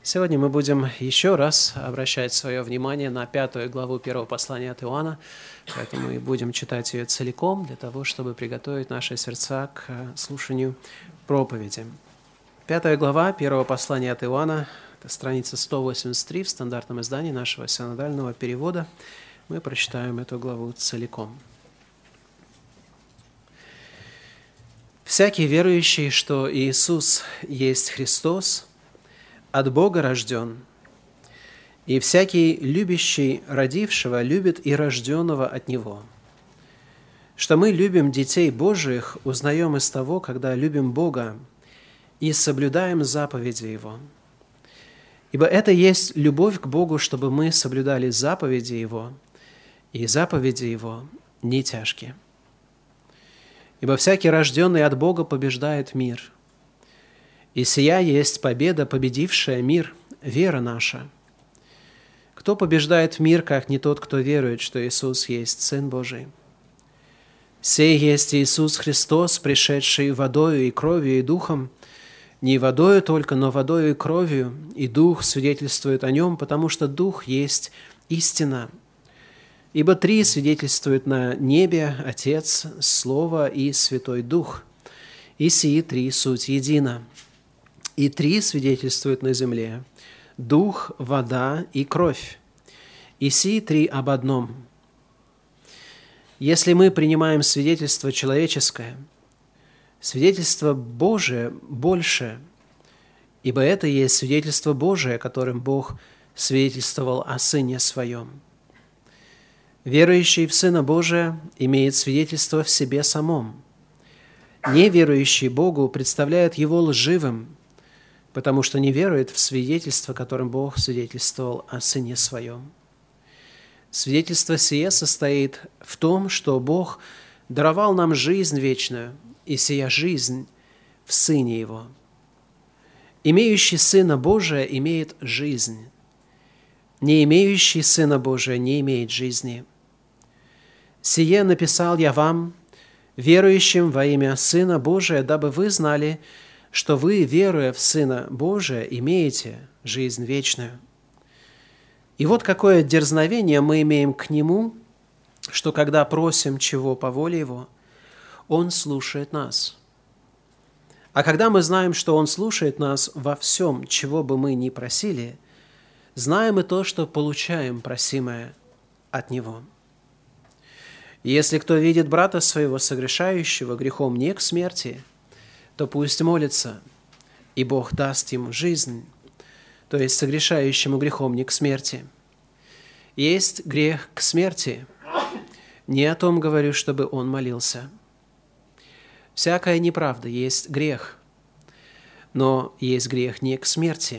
Сегодня мы будем еще раз обращать свое внимание на 5 главу 1 послания от Иоанна, поэтому мы будем читать ее целиком для того, чтобы приготовить наши сердца к слушанию проповеди. 5 глава 1 послания от Иоанна, это страница 183 в стандартном издании нашего синодального перевода. Мы прочитаем эту главу целиком. «Всякий верующий, что Иисус есть Христос, от Бога рожден, и всякий любящий родившего любит и рожденного от Него. Что мы любим детей Божиих, узнаем из того, когда любим Бога и соблюдаем заповеди Его. Ибо это есть любовь к Богу, чтобы мы соблюдали заповеди Его, и заповеди Его не тяжкие. Ибо всякий рожденный от Бога побеждает мир. И сия есть победа, победившая мир, вера наша. Кто побеждает мир, как не тот, кто верует, что Иисус есть Сын Божий? Сей есть Иисус Христос, пришедший водою и кровью и духом, не водою только, но водою и кровью, и Дух свидетельствует о Нем, потому что Дух есть истина. Ибо три свидетельствуют на небе: Отец, Слово и Святой Дух, и сии три суть едино. И три свидетельствуют на земле: дух, вода и кровь. И сии три об одном. Если мы принимаем свидетельство человеческое, свидетельство Божие больше, ибо это есть свидетельство Божие, которым Бог свидетельствовал о Сыне Своем. Верующий в Сына Божия имеет свидетельство в себе самом. Неверующий Богу представляет Его лживым, потому что не верует в свидетельство, которым Бог свидетельствовал о Сыне Своем. Свидетельство сие состоит в том, что Бог даровал нам жизнь вечную, и сия жизнь в Сыне Его. Имеющий Сына Божия имеет жизнь. Не имеющий Сына Божия не имеет жизни. Сие написал я вам, верующим во имя Сына Божия, дабы вы знали, что вы, веруя в Сына Божия, имеете жизнь вечную. И вот какое дерзновение мы имеем к Нему, что когда просим чего по воле Его, Он слушает нас. А когда мы знаем, что Он слушает нас во всем, чего бы мы ни просили, знаем и то, что получаем просимое от Него. Если кто видит брата своего согрешающего грехом не к смерти, то пусть молится, и Бог даст ему жизнь, то есть согрешающему грехом не к смерти. Есть грех к смерти, не о том говорю, чтобы он молился. Всякая неправда есть грех, но есть грех не к смерти.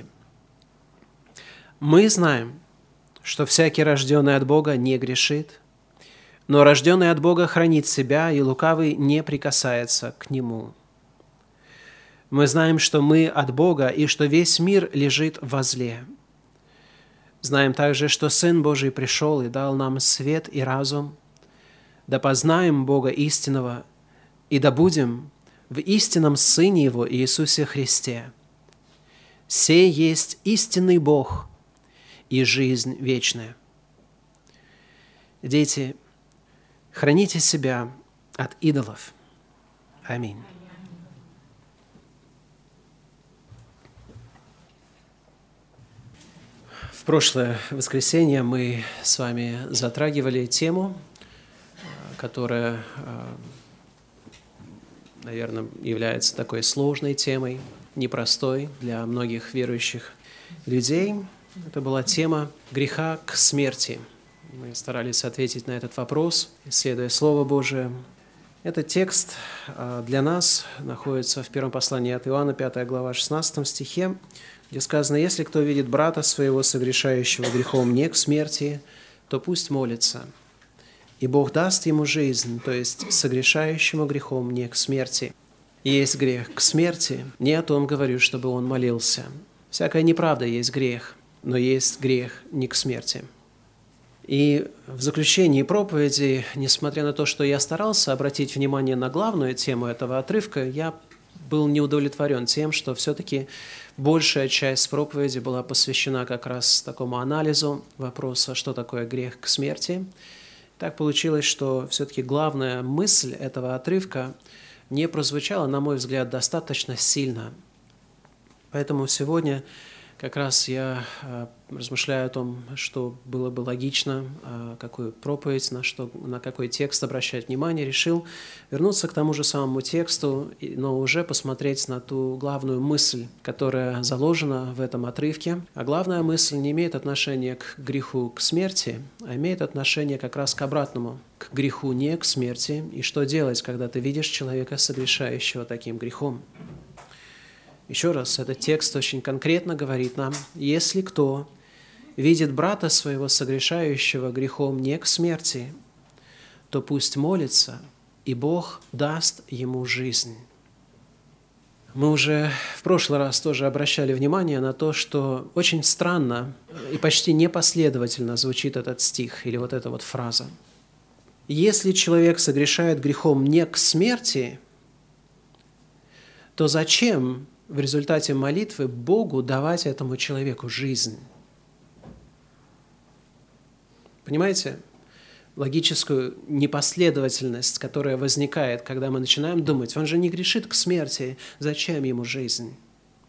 Мы знаем, что всякий, рожденный от Бога, не грешит, но рожденный от Бога хранит себя, и лукавый не прикасается к нему. Мы знаем, что мы от Бога, и что весь мир лежит во зле. Знаем также, что Сын Божий пришел и дал нам свет и разум, да познаем Бога истинного, и да будем в истинном Сыне Его Иисусе Христе. Сей есть истинный Бог и жизнь вечная. Дети, храните себя от идолов. Аминь. В прошлое воскресенье мы с вами затрагивали тему, которая, наверное, является такой сложной темой, непростой для многих верующих людей. Это была тема греха к смерти. Мы старались ответить на этот вопрос, исследуя Слово Божие. Этот текст для нас находится в первом послании от Иоанна, 5 глава, 16 стихе, где сказано: «Если кто видит брата своего, согрешающего грехом не к смерти, то пусть молится, и Бог даст ему жизнь, то есть согрешающему грехом не к смерти. Есть грех к смерти, не о том говорю, чтобы он молился. Всякая неправда есть грех, но есть грех не к смерти». И в заключении проповеди, несмотря на то, что я старался обратить внимание на главную тему этого отрывка, я был не удовлетворен тем, что все-таки большая часть проповеди была посвящена как раз такому анализу вопроса, что такое грех к смерти. Так получилось, что все-таки главная мысль этого отрывка не прозвучала, на мой взгляд, достаточно сильно. Поэтому сегодня как раз я размышляю о том, что было бы логично, какую проповедь, на какой текст обращать внимание, решил вернуться к тому же самому тексту, но уже посмотреть на ту главную мысль, которая заложена в этом отрывке. А главная мысль не имеет отношения к греху, к смерти, а имеет отношение как раз к обратному, к греху, не к смерти. И что делать, когда ты видишь человека, согрешающего таким грехом? Еще раз, этот текст очень конкретно говорит нам, если кто видит брата своего, согрешающего грехом не к смерти, то пусть молится, и Бог даст ему жизнь. Мы уже в прошлый раз тоже обращали внимание на то, что очень странно и почти непоследовательно звучит этот стих или вот эта вот фраза. Если человек согрешает грехом не к смерти, то зачем в результате молитвы Богу давать этому человеку жизнь? Понимаете логическую непоследовательность, которая возникает, когда мы начинаем думать, он же не грешит к смерти, зачем ему жизнь?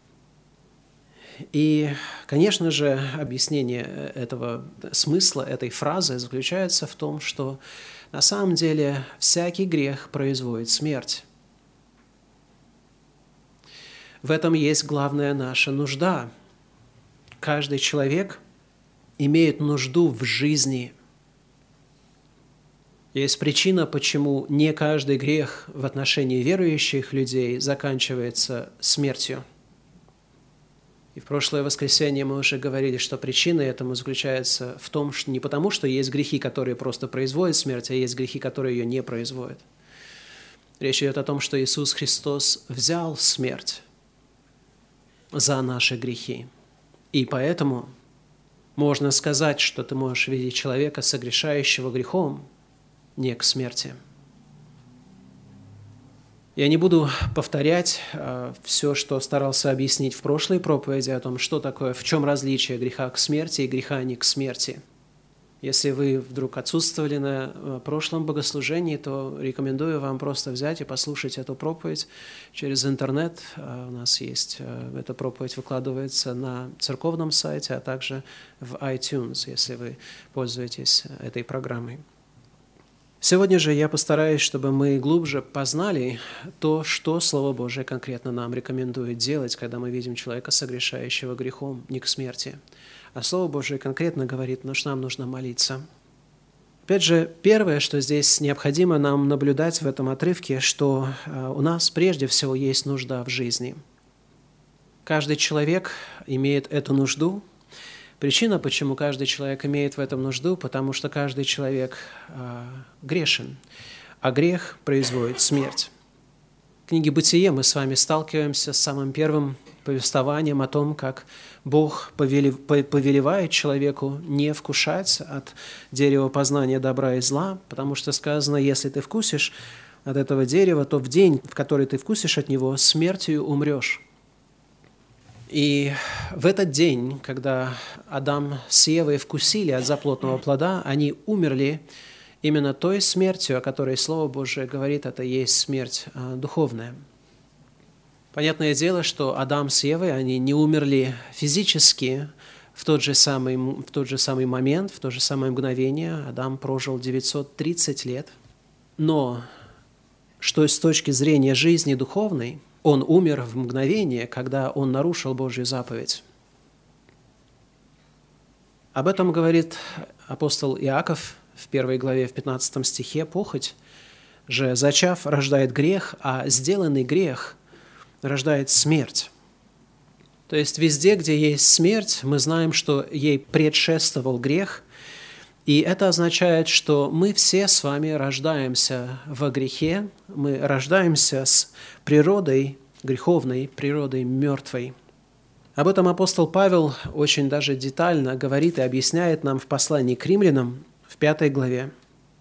И, конечно же, объяснение этого смысла, этой фразы заключается в том, что на самом деле всякий грех производит смерть. В этом есть главная наша нужда. Каждый человек имеет нужду в жизни. Есть причина, почему не каждый грех в отношении верующих людей заканчивается смертью. И в прошлое воскресенье мы уже говорили, что причина этому заключается в том, что не потому, что есть грехи, которые просто производят смерть, а есть грехи, которые ее не производят. Речь идет о том, что Иисус Христос взял смерть за наши грехи. И поэтому можно сказать, что ты можешь видеть человека, согрешающего грехом, не к смерти. Я не буду повторять все, что старался объяснить в прошлой проповеди о том, что такое, в чем различие греха к смерти и греха не к смерти. Если вы вдруг отсутствовали на прошлом богослужении, то рекомендую вам просто взять и послушать эту проповедь через интернет. У нас есть, эта проповедь выкладывается на церковном сайте, а также в iTunes, если вы пользуетесь этой программой. Сегодня же я постараюсь, чтобы мы глубже познали то, что Слово Божие конкретно нам рекомендует делать, когда мы видим человека, согрешающего грехом не к смерти. А Слово Божие конкретно говорит, что нам нужно молиться. Опять же, первое, что здесь необходимо нам наблюдать в этом отрывке, что у нас прежде всего есть нужда в жизни. Каждый человек имеет эту нужду. Причина, почему каждый человек имеет в этом нужду, потому что каждый человек грешен, а грех производит смерть. В книге «Бытие» мы с вами сталкиваемся с самым первым повествованием о том, как Бог повелевает человеку не вкушать от дерева познания добра и зла, потому что сказано, если ты вкусишь от этого дерева, то в день, в который ты вкусишь от него, смертью умрешь. И в этот день, когда Адам с Евой вкусили от заплотного плода, они умерли именно той смертью, о которой Слово Божие говорит, это и есть смерть духовная. Понятное дело, что Адам с Евой, они не умерли физически в тот же самый момент, в то же самое мгновение. Адам прожил 930 лет. Но что с точки зрения жизни духовной, он умер в мгновение, когда он нарушил Божью заповедь. Об этом говорит апостол Иаков в 1 главе, в 15 стихе. «Похоть же, зачав, рождает грех, а сделанный грех рождает смерть». То есть везде, где есть смерть, мы знаем, что ей предшествовал грех, и это означает, что мы все с вами рождаемся во грехе, мы рождаемся с природой греховной, природой мертвой. Об этом апостол Павел очень даже детально говорит и объясняет нам в послании к римлянам в 5 главе.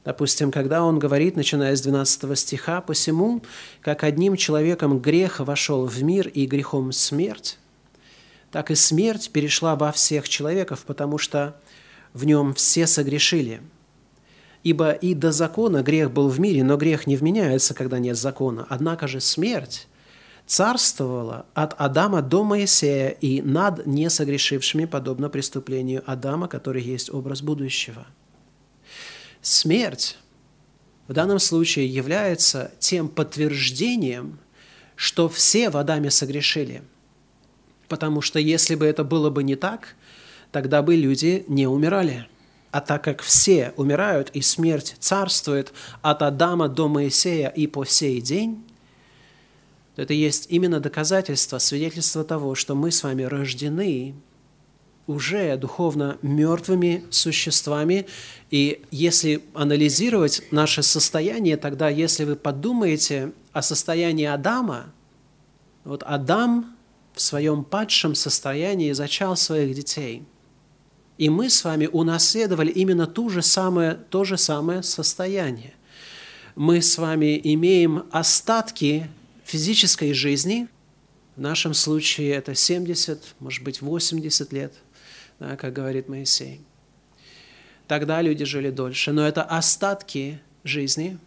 Допустим, когда он говорит, начиная с 12 стиха, «Посему, как одним человеком грех вошел в мир, и грехом смерть, так и смерть перешла во всех человеков, потому что в нем все согрешили. Ибо и до закона грех был в мире, но грех не вменяется, когда нет закона. Однако же смерть царствовала от Адама до Моисея и над несогрешившими, подобно преступлению Адама, который есть образ будущего». Смерть в данном случае является тем подтверждением, что все в Адаме согрешили. Потому что если бы это было бы не так, тогда бы люди не умирали. А так как все умирают, и смерть царствует от Адама до Моисея и по сей день, то это есть именно доказательство, свидетельство того, что мы с вами рождены уже духовно мертвыми существами. И если анализировать наше состояние, тогда, если вы подумаете о состоянии Адама, вот Адам в своем падшем состоянии зачал своих детей. И мы с вами унаследовали именно то же самое состояние. Мы с вами имеем остатки физической жизни. В нашем случае это 70, может быть, 80 лет, да, как говорит Моисей. Тогда люди жили дольше. Но это остатки жизни,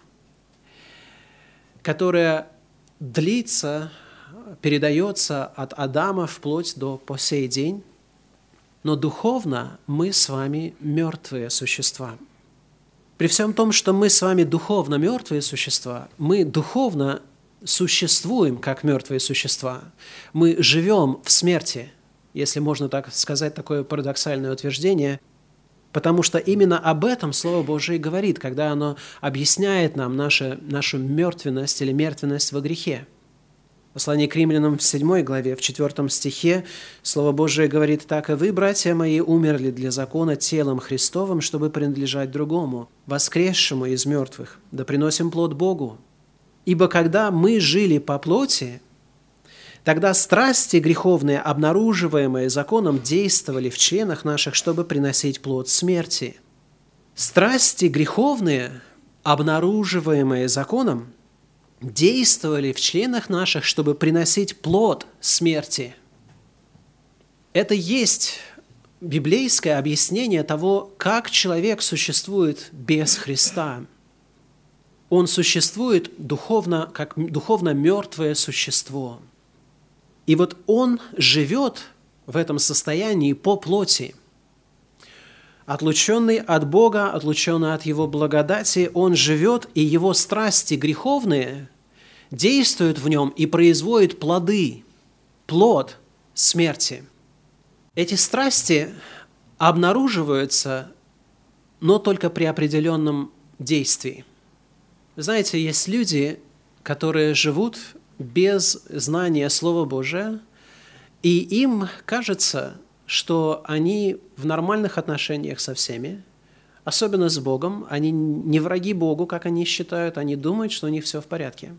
которая длится, передается от Адама вплоть до по сей день. Но духовно мы с вами мертвые существа. При всем том, что мы с вами духовно мертвые существа, мы духовно существуем как мертвые существа. Мы живем в смерти, если можно так сказать, такое парадоксальное утверждение, потому что именно об этом Слово Божие и говорит, когда оно объясняет нам нашу мертвенность или мертвенность во грехе. Послание к Римлянам в 7 главе, в 4 стихе, Слово Божие говорит так: «И вы, братья мои, умерли для закона телом Христовым, чтобы принадлежать другому, воскресшему из мертвых, да приносим плод Богу. Ибо когда мы жили по плоти, тогда страсти греховные, обнаруживаемые законом, действовали в членах наших, чтобы приносить плод смерти». Страсти греховные, обнаруживаемые законом, действовали в членах наших, чтобы приносить плод смерти. Это есть библейское объяснение того, как человек существует без Христа. Он существует духовно, как духовно мертвое существо. И вот он живет в этом состоянии по плоти. Отлученный от Бога, отлученный от Его благодати, он живет, и его страсти греховные действуют в нем и производят плоды, плод смерти. Эти страсти обнаруживаются, но только при определенном действии. Вы знаете, есть люди, которые живут без знания Слова Божия, и им кажется, что они в нормальных отношениях со всеми, особенно с Богом, они не враги Богу, как они считают, они думают, что у них все в порядке.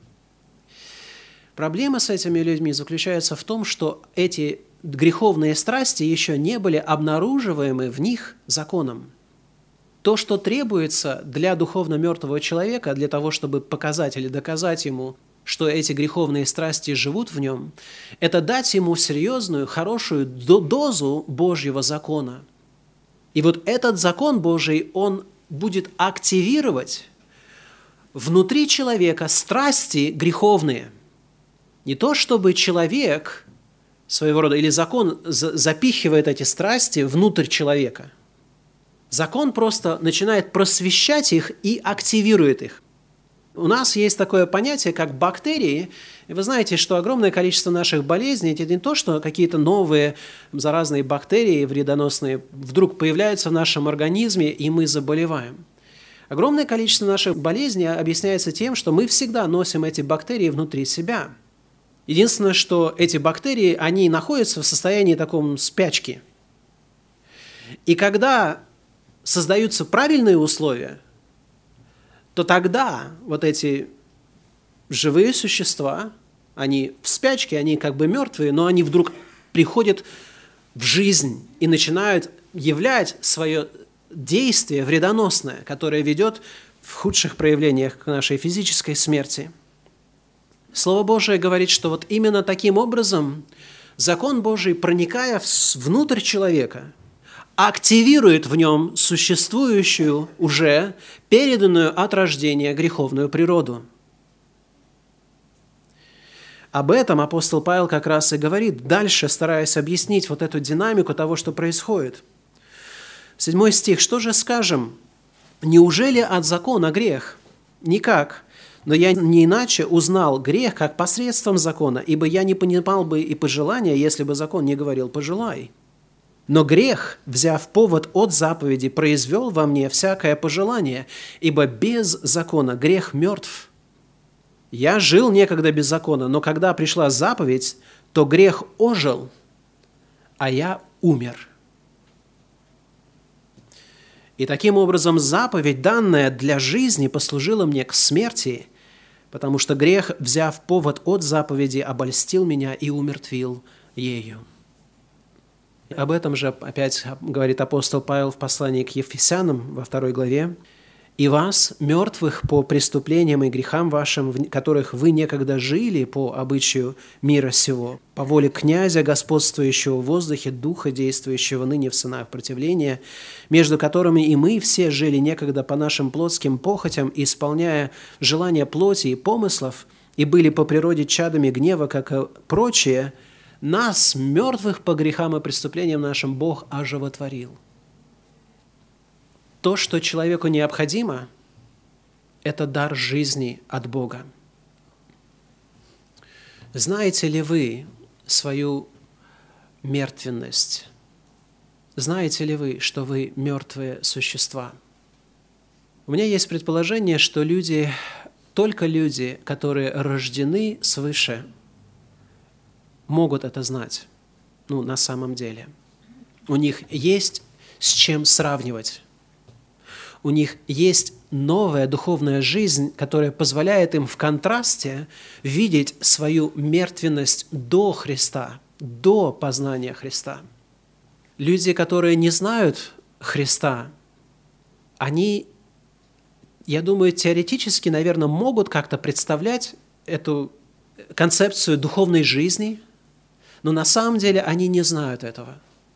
Проблема с этими людьми заключается в том, что эти греховные страсти еще не были обнаруживаемы в них законом. То, что требуется для духовно мертвого человека, для того, чтобы показать или доказать ему, что эти греховные страсти живут в нем, это дать ему серьезную, хорошую дозу Божьего закона. И вот этот закон Божий, он будет активировать внутри человека страсти греховные. Не то, чтобы человек своего рода, или закон запихивает эти страсти внутрь человека. Закон просто начинает просвещать их и активирует их. У нас есть такое понятие, как бактерии. И вы знаете, что огромное количество наших болезней – это не то, что какие-то новые заразные бактерии вредоносные вдруг появляются в нашем организме, и мы заболеваем. Огромное количество наших болезней объясняется тем, что мы всегда носим эти бактерии внутри себя. Единственное, что эти бактерии, они находятся в состоянии таком спячки. И когда создаются правильные условия, то тогда вот эти живые существа, они в спячке, они как бы мертвые, но они вдруг приходят в жизнь и начинают являть свое действие вредоносное, которое ведет в худших проявлениях к нашей физической смерти. Слово Божие говорит, что вот именно таким образом закон Божий, проникая внутрь человека, активирует в нем существующую, уже переданную от рождения греховную природу. Об этом апостол Павел как раз и говорит, дальше стараясь объяснить вот эту динамику того, что происходит. 7 стих. «Что же скажем? Неужели от закона грех? Никак. Но я не иначе узнал грех, как посредством закона, ибо я не понимал бы и пожелания, если бы закон не говорил «пожелай». Но грех, взяв повод от заповеди, произвел во мне всякое пожелание, ибо без закона грех мертв. Я жил некогда без закона, но когда пришла заповедь, то грех ожил, а я умер». И таким образом заповедь, данная для жизни, послужила мне к смерти, потому что грех, взяв повод от заповеди, обольстил меня и умертвил ею. Об этом же опять говорит апостол Павел в послании к Ефесянам во 2 главе. «И вас, мертвых по преступлениям и грехам вашим, в которых вы некогда жили по обычаю мира сего, по воле князя, господствующего в воздухе, духа, действующего ныне в сынах противления, между которыми и мы все жили некогда по нашим плотским похотям, исполняя желания плоти и помыслов, и были по природе чадами гнева, как и прочие, нас, мертвых по грехам и преступлениям нашим, Бог оживотворил». То, что человеку необходимо, это дар жизни от Бога. Знаете ли вы свою мертвенность? Знаете ли вы, что вы мертвые существа? У меня есть предположение, что только люди, которые рождены свыше, могут это знать. На самом деле. У них есть с чем сравнивать. У них есть новая духовная жизнь, которая позволяет им в контрасте видеть свою мертвенность до Христа, до познания Христа. Люди, которые не знают Христа, они, я думаю, теоретически, наверное, могут как-то представлять эту концепцию духовной жизни, но на самом деле они не знают этого.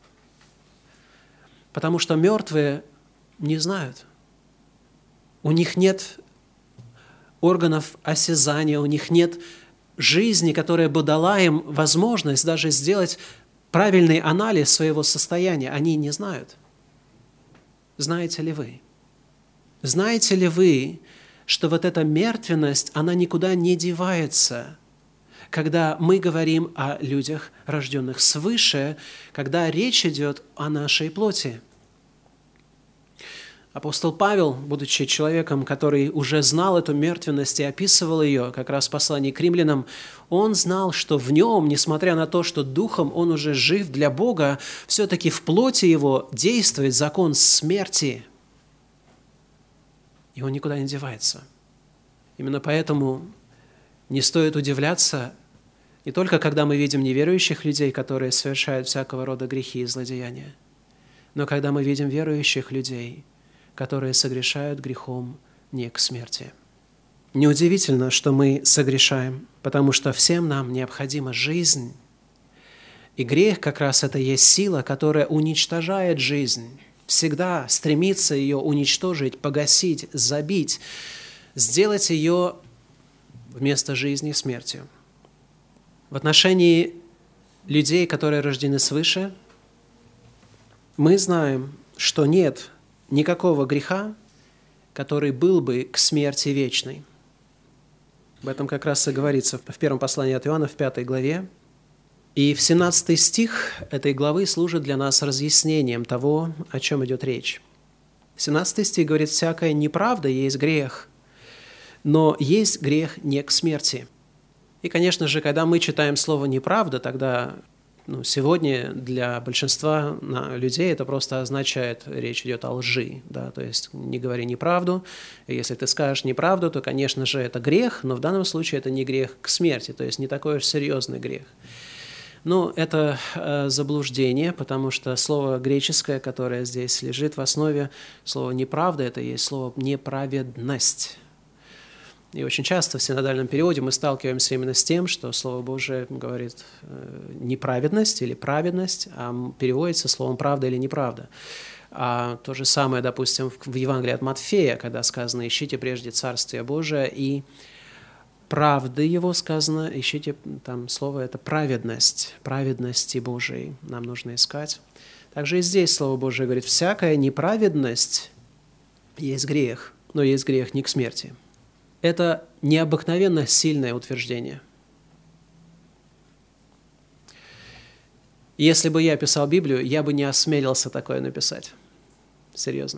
Потому что мертвые не знают. У них нет органов осязания, у них нет жизни, которая бы дала им возможность даже сделать правильный анализ своего состояния. Они не знают. Знаете ли вы? Знаете ли вы, что вот эта мертвенность, она никуда не девается, когда мы говорим о людях, рожденных свыше, когда речь идет о нашей плоти? Апостол Павел, будучи человеком, который уже знал эту мертвенность и описывал ее, как раз в послании к римлянам, он знал, что в нем, несмотря на то, что духом он уже жив для Бога, все-таки в плоти его действует закон смерти. И он никуда не девается. Именно поэтому не стоит удивляться, не только когда мы видим неверующих людей, которые совершают всякого рода грехи и злодеяния, но когда мы видим верующих людей, которые согрешают грехом не к смерти. Неудивительно, что мы согрешаем, потому что всем нам необходима жизнь. И грех как раз это есть сила, которая уничтожает жизнь, всегда стремится ее уничтожить, погасить, забить, сделать ее вместо жизни смертью. В отношении людей, которые рождены свыше, мы знаем, что нет никакого греха, который был бы к смерти вечной. Об этом как раз и говорится в первом послании от Иоанна, в 5 главе. И в 17 стих этой главы служит для нас разъяснением того, о чем идет речь. 17 стих говорит: «Всякая неправда есть грех, но есть грех не к смерти». И, конечно же, когда мы читаем слово «неправда», тогда сегодня для большинства людей это просто означает, речь идет о лжи. Да? То есть не говори неправду. Если ты скажешь неправду, то, конечно же, это грех, но в данном случае это не грех к смерти, то есть не такой уж серьезный грех. Ну, это заблуждение, потому что слово греческое, которое здесь лежит в основе, слово «неправда» – это есть слово «неправедность». И очень часто в синодальном переводе мы сталкиваемся именно с тем, что Слово Божие говорит неправедность или праведность, а переводится словом «правда» или «неправда». А то же самое, допустим, в Евангелии от Матфея, когда сказано «ищите прежде Царствие Божие» и правды Его сказано, ищите, там слово это праведность, праведности Божией нам нужно искать. Также и здесь Слово Божие говорит, всякая неправедность есть грех, но есть грех не к смерти. Это необыкновенно сильное утверждение. Если бы я писал Библию, я бы не осмелился такое написать. Серьезно.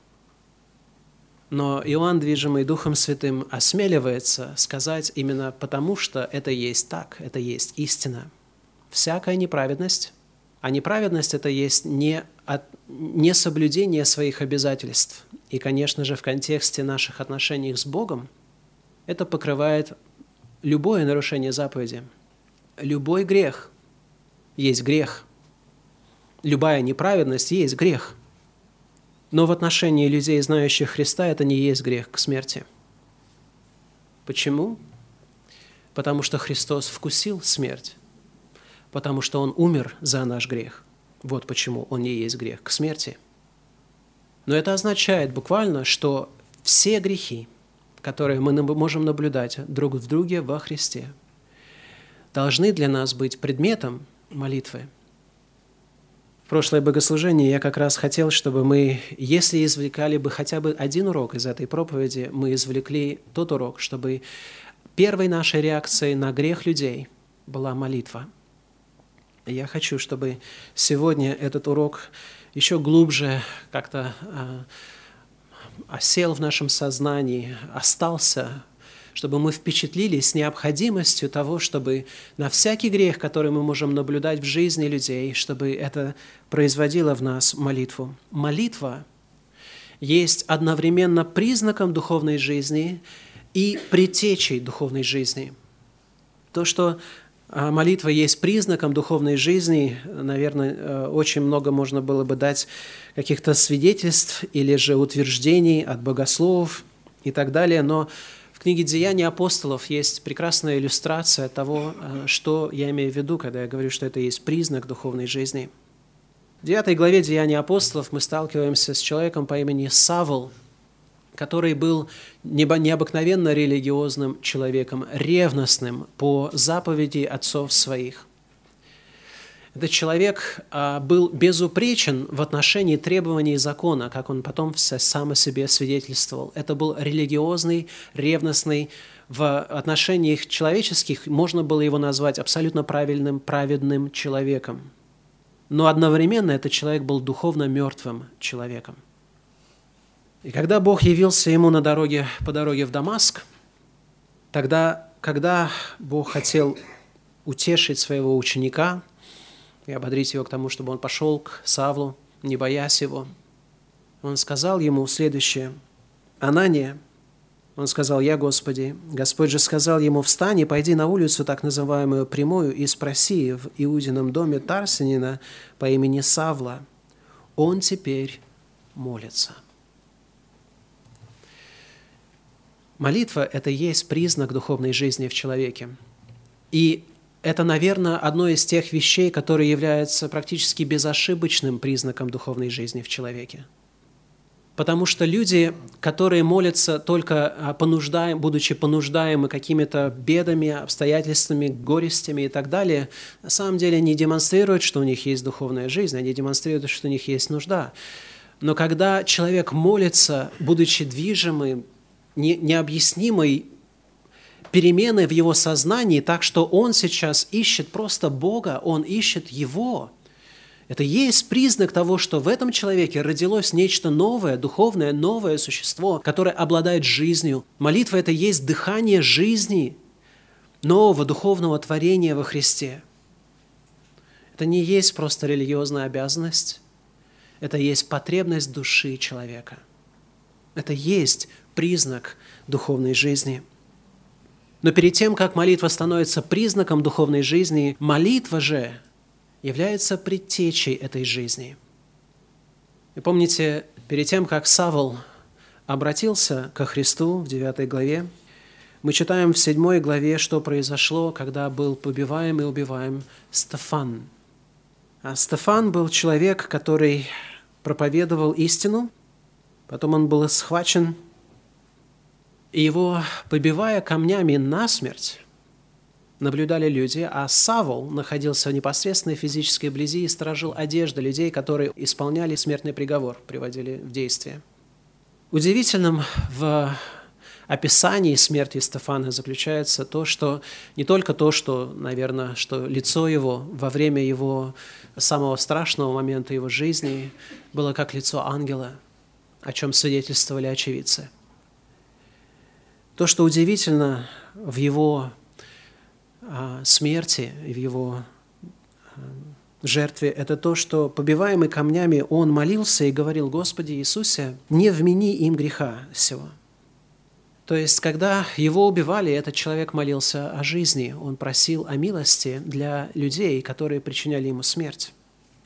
Но Иоанн, движимый Духом Святым, осмеливается сказать именно потому, что это есть так, это есть истина. Всякая неправедность, а неправедность – это есть несоблюдение своих обязательств. И, конечно же, в контексте наших отношений с Богом это покрывает любое нарушение заповеди. Любой грех есть грех. Любая неправедность есть грех. Но в отношении людей, знающих Христа, это не есть грех к смерти. Почему? Потому что Христос вкусил смерть. Потому что Он умер за наш грех. Вот почему Он не есть грех к смерти. Но это означает буквально, что все грехи, которые мы можем наблюдать друг в друге во Христе, должны для нас быть предметом молитвы. В прошлое богослужение я как раз хотел, чтобы мы, если извлекали бы хотя бы один урок из этой проповеди, мы извлекли тот урок, чтобы первой нашей реакцией на грех людей была молитва. И я хочу, чтобы сегодня этот урок еще глубже как-то осел в нашем сознании, остался, чтобы мы впечатлились необходимостью того, чтобы на всякий грех, который мы можем наблюдать в жизни людей, чтобы это производило в нас молитву. Молитва есть одновременно признаком духовной жизни и предтечей духовной жизни. То, что молитва есть признаком духовной жизни, наверное, очень много можно было бы дать каких-то свидетельств или же утверждений от богословов и так далее, но в книге «Деяния апостолов» есть прекрасная иллюстрация того, что я имею в виду, когда я говорю, что это есть признак духовной жизни. В 9 главе «Деяния апостолов» мы сталкиваемся с человеком по имени Савл, который был необыкновенно религиозным человеком, ревностным по заповеди отцов своих. Этот человек был безупречен в отношении требований закона, как он потом сам о себе свидетельствовал. Это был религиозный, ревностный, в отношениях человеческих можно было его назвать абсолютно правильным, праведным человеком. Но одновременно этот человек был духовно мертвым человеком. И когда Бог явился ему по дороге в Дамаск, тогда, когда Бог хотел утешить своего ученика и ободрить его к тому, чтобы он пошел к Савлу, не боясь его, он сказал ему следующее: «Анания», он сказал: «Я, Господи». Господь же сказал ему: «Встань и пойди на улицу, так называемую Прямую, и спроси в Иудином доме Тарсянина по имени Савла. Он теперь молится». Молитва – это есть признак духовной жизни в человеке. И это, наверное, одно из тех вещей, которые являются практически безошибочным признаком духовной жизни в человеке. Потому что люди, которые молятся только будучи понуждаемы какими-то бедами, обстоятельствами, горестями и так далее, на самом деле не демонстрируют, что у них есть духовная жизнь, они демонстрируют, что у них есть нужда. Но когда человек молится, будучи движимым, необъяснимой переменой в его сознании, так что он сейчас ищет просто Бога, он ищет Его. Это есть признак того, что в этом человеке родилось нечто новое, духовное, новое существо, которое обладает жизнью. Молитва – это есть дыхание жизни, нового духовного творения во Христе. Это не есть просто религиозная обязанность, это есть потребность души человека. Это есть признак духовной жизни. Но перед тем, как молитва становится признаком духовной жизни, молитва же является предтечей этой жизни. Вы помните, перед тем, как Савл обратился ко Христу в 9 главе, мы читаем в 7 главе, что произошло, когда был побиваем и убиваем Стефан. А Стефан был человек, который проповедовал истину, потом он был схвачен, и его, побивая камнями насмерть, наблюдали люди, а Савл находился в непосредственной физической близи и сторожил одежды людей, которые исполняли смертный приговор, приводили в действие. Удивительным в описании смерти Стефана заключается то, что не только то, что, наверное, что лицо его во время его самого страшного момента его жизни было как лицо ангела, о чем свидетельствовали очевидцы. То, что удивительно в его смерти, в его жертве, это то, что, побиваемый камнями, он молился и говорил: «Господи Иисусе, не вмени им греха сего». То есть, когда его убивали, этот человек молился о жизни, он просил о милости для людей, которые причиняли ему смерть.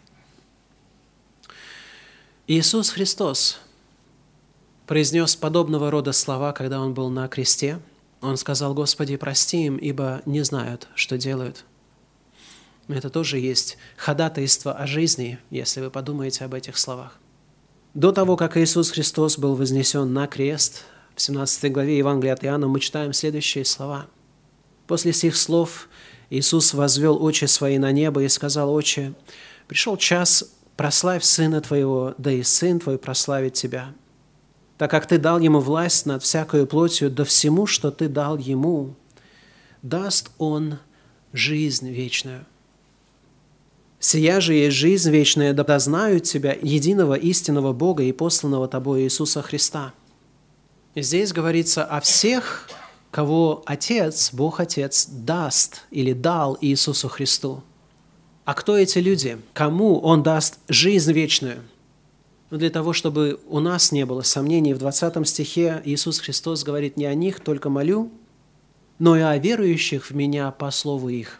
Иисус Христос произнес подобного рода слова, когда Он был на кресте. Он сказал: «Господи, прости им, ибо не знают, что делают». Это тоже есть ходатайство о жизни, если вы подумаете об этих словах. До того, как Иисус Христос был вознесен на крест, в 17 главе Евангелия от Иоанна мы читаем следующие слова. «После сих слов Иисус возвел очи свои на небо и сказал: Отче, пришел час, прославь Сына Твоего, да и Сын Твой прославит Тебя. Так как Ты дал Ему власть над всякою плотью, да всему, что Ты дал Ему, даст Он жизнь вечную. Сия же есть жизнь вечная, да знают Тебя, единого истинного Бога и посланного Тобой Иисуса Христа». И здесь говорится о всех, кого Отец, Бог Отец, даст или дал Иисусу Христу. А кто эти люди? Кому Он даст жизнь вечную? Но для того, чтобы у нас не было сомнений, в 20 стихе Иисус Христос говорит: «Не о них только молю, но и о верующих в Меня по слову их».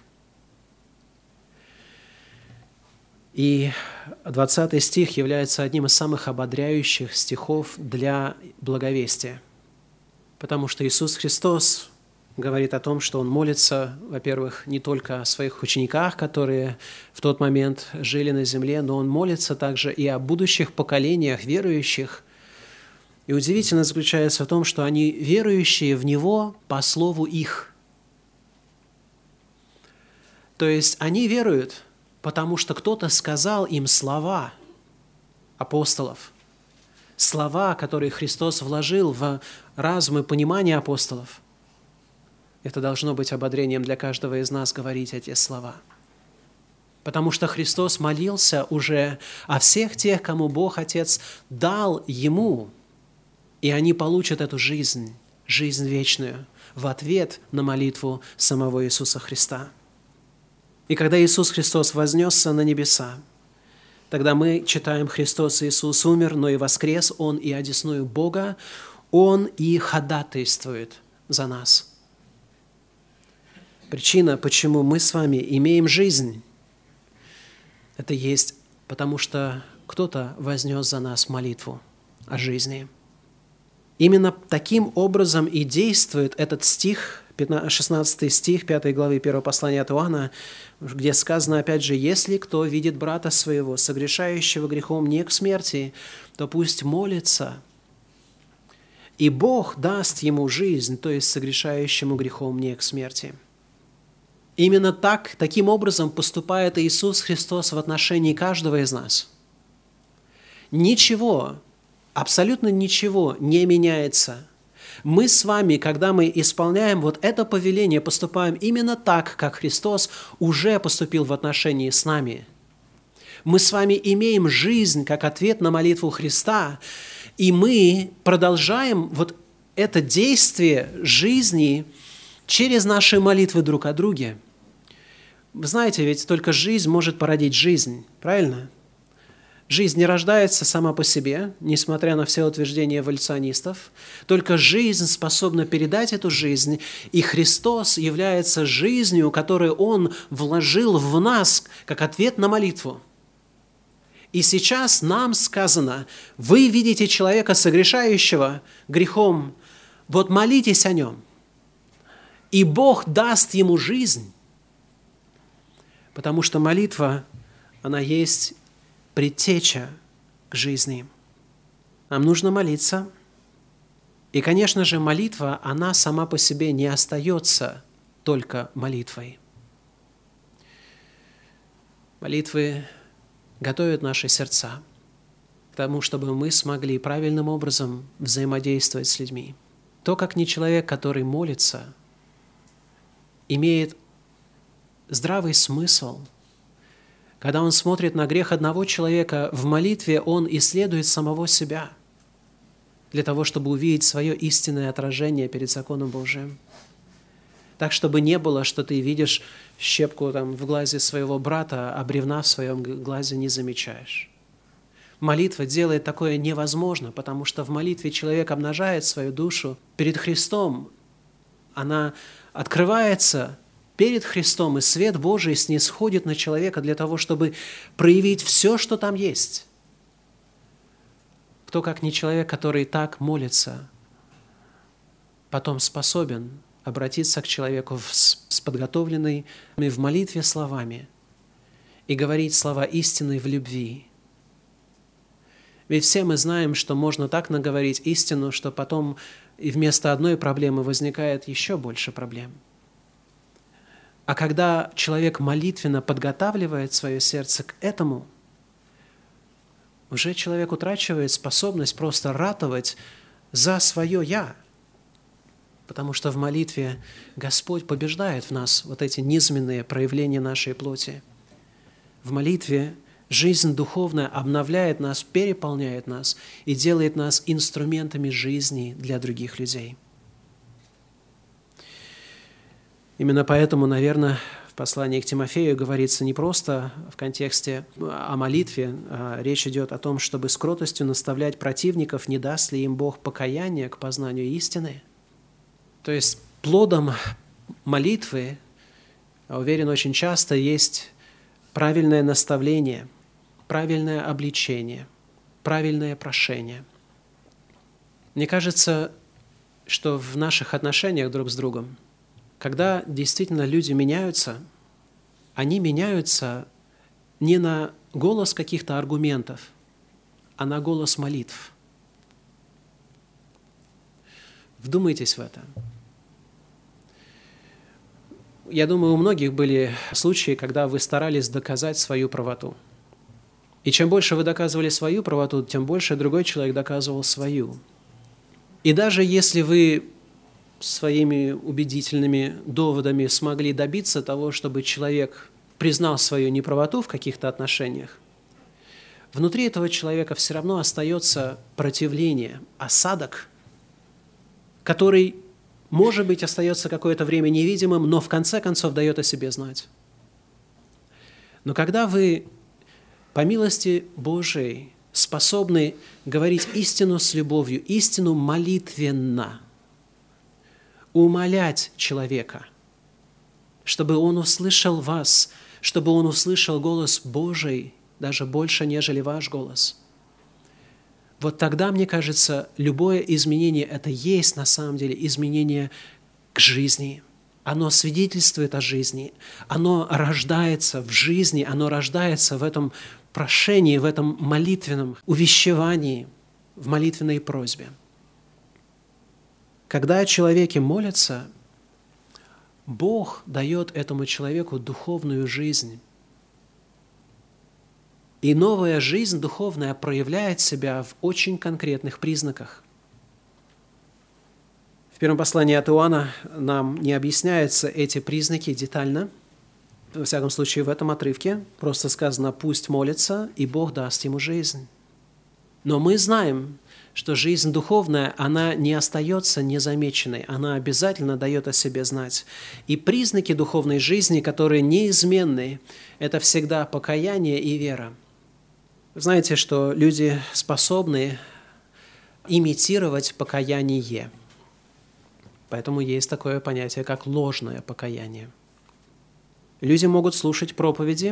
И 20 стих является одним из самых ободряющих стихов для благовестия, потому что Иисус Христос говорит о том, что Он молится, во-первых, не только о своих учениках, которые в тот момент жили на земле, но Он молится также и о будущих поколениях верующих. И удивительно заключается в том, что они верующие в Него по слову их. То есть они веруют, потому что кто-то сказал им слова апостолов, слова, которые Христос вложил в разум и понимание апостолов. Это должно быть ободрением для каждого из нас говорить эти слова. Потому что Христос молился уже о всех тех, кому Бог Отец дал Ему, и они получат эту жизнь, жизнь вечную, в ответ на молитву самого Иисуса Христа. И когда Иисус Христос вознесся на небеса, тогда мы читаем: «Христос Иисус умер, но и воскрес, Он и одесную Бога, Он и ходатайствует за нас». Причина, почему мы с вами имеем жизнь, это есть потому, что кто-то вознес за нас молитву о жизни. Именно таким образом и действует этот стих, 16 стих 5 главы 1 послания от Иоанна, где сказано, опять же: «Если кто видит брата своего, согрешающего грехом не к смерти, то пусть молится, и Бог даст ему жизнь, то есть согрешающему грехом не к смерти». Именно таким образом поступает Иисус Христос в отношении каждого из нас. Ничего, абсолютно ничего не меняется. Мы с вами, когда мы исполняем вот это повеление, поступаем именно так, как Христос уже поступил в отношении с нами. Мы с вами имеем жизнь как ответ на молитву Христа, и мы продолжаем вот это действие жизни через наши молитвы друг о друге. Вы знаете, ведь только жизнь может породить жизнь, правильно? Жизнь не рождается сама по себе, несмотря на все утверждения эволюционистов. Только жизнь способна передать эту жизнь, и Христос является жизнью, которую Он вложил в нас, как ответ на молитву. И сейчас нам сказано: вы видите человека, согрешающего грехом, вот молитесь о нем, и Бог даст ему жизнь, потому что молитва, она есть предтеча к жизни. Нам нужно молиться. И, конечно же, молитва, она сама по себе не остается только молитвой. Молитвы готовят наши сердца к тому, чтобы мы смогли правильным образом взаимодействовать с людьми. То, как не человек, который молится, имеет здравый смысл. Когда он смотрит на грех одного человека, в молитве он исследует самого себя для того, чтобы увидеть свое истинное отражение перед законом Божиим. Так, чтобы не было, что ты видишь щепку в глазе своего брата, а бревна в своем глазе не замечаешь. Молитва делает такое невозможно, потому что в молитве человек обнажает свою душу перед Христом. Она открывается перед Христом, и свет Божий снисходит на человека для того, чтобы проявить все, что там есть. Кто, как не человек, который так молится, потом способен обратиться к человеку с подготовленными в молитве словами и говорить слова истины в любви. Ведь все мы знаем, что можно так наговорить истину, что потом и вместо одной проблемы возникает еще больше проблем. А когда человек молитвенно подготавливает свое сердце к этому, уже человек утрачивает способность просто ратовать за свое «я». Потому что в молитве Господь побеждает в нас вот эти низменные проявления нашей плоти. В молитве жизнь духовная обновляет нас, переполняет нас и делает нас инструментами жизни для других людей. Именно поэтому, наверное, в послании к Тимофею говорится не просто в контексте о молитве, а речь идет о том, чтобы с кротостью наставлять противников, не даст ли им Бог покаяния к познанию истины. То есть плодом молитвы, я уверен, очень часто есть правильное наставление, правильное обличение, правильное прошение. Мне кажется, что в наших отношениях друг с другом, когда действительно люди меняются, они меняются не на голос каких-то аргументов, а на голос молитв. Вдумайтесь в это. Я думаю, у многих были случаи, когда вы старались доказать свою правоту. И чем больше вы доказывали свою правоту, тем больше другой человек доказывал свою. И даже если вы своими убедительными доводами смогли добиться того, чтобы человек признал свою неправоту в каких-то отношениях, внутри этого человека все равно остается противление, осадок, который, может быть, остается какое-то время невидимым, но в конце концов дает о себе знать. Но когда вы, по милости Божией, способны говорить истину с любовью, истину молитвенно, умолять человека, чтобы он услышал вас, чтобы он услышал голос Божий, даже больше, нежели ваш голос. Вот тогда, мне кажется, любое изменение – это есть на самом деле изменение к жизни. Оно свидетельствует о жизни, оно рождается в жизни, оно рождается в этом прошении, в этом молитвенном увещевании, в молитвенной просьбе. Когда человеки молятся, Бог дает этому человеку духовную жизнь. И новая жизнь духовная проявляет себя в очень конкретных признаках. В первом послании от Иоанна нам не объясняются эти признаки детально. Во всяком случае, в этом отрывке просто сказано: «Пусть молится, и Бог даст ему жизнь». Но мы знаем, что жизнь духовная, она не остается незамеченной, она обязательно дает о себе знать. И признаки духовной жизни, которые неизменны, это всегда покаяние и вера. Знаете, что люди способны имитировать покаяние. Поэтому есть такое понятие, как ложное покаяние. Люди могут слушать проповеди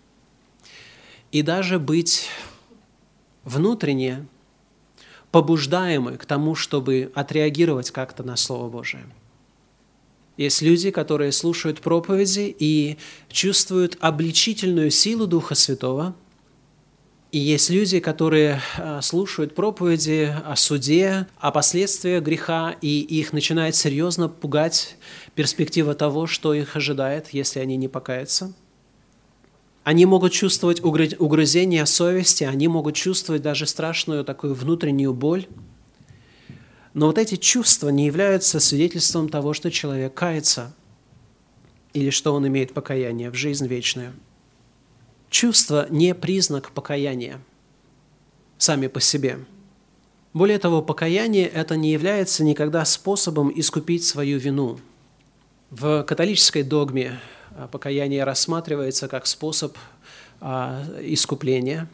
и даже быть внутренне побуждаемы к тому, чтобы отреагировать как-то на Слово Божие. Есть люди, которые слушают проповеди и чувствуют обличительную силу Духа Святого. И есть люди, которые слушают проповеди о суде, о последствиях греха, и их начинает серьезно пугать перспектива того, что их ожидает, если они не покаятся. Они могут чувствовать угрызение совести, они могут чувствовать даже страшную такую внутреннюю боль. Но вот эти чувства не являются свидетельством того, что человек кается или что он имеет покаяние в жизнь вечную. Чувства не признак покаяния сами по себе. Более того, покаяние это не является никогда способом искупить свою вину. В католической догме покаяние рассматривается как способ искупления,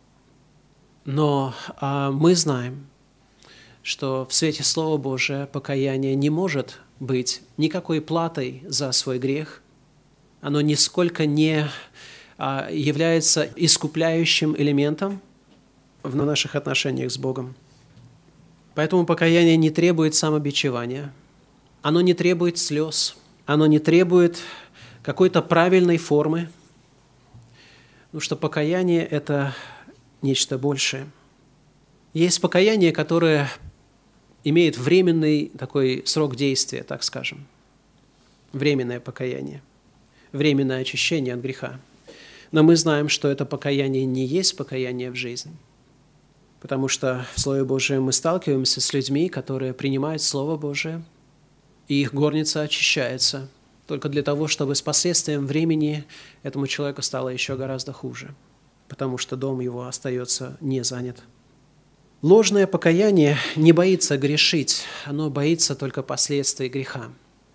но мы знаем, что в свете Слова Божия покаяние не может быть никакой платой за свой грех. Оно нисколько не является искупляющим элементом в наших отношениях с Богом. Поэтому покаяние не требует самобичевания, оно не требует слез, оно не требует какой-то правильной формы, потому что покаяние – это нечто большее. Есть покаяние, которое имеет временный такой срок действия, так скажем, временное покаяние, временное очищение от греха. Но мы знаем, что это покаяние не есть покаяние в жизни, потому что в Слове Божьем мы сталкиваемся с людьми, которые принимают Слово Божие, и их горница очищается только для того, чтобы с последствием времени этому человеку стало еще гораздо хуже, потому что дом его остается не занят. Ложное покаяние не боится грешить, оно боится только последствий греха.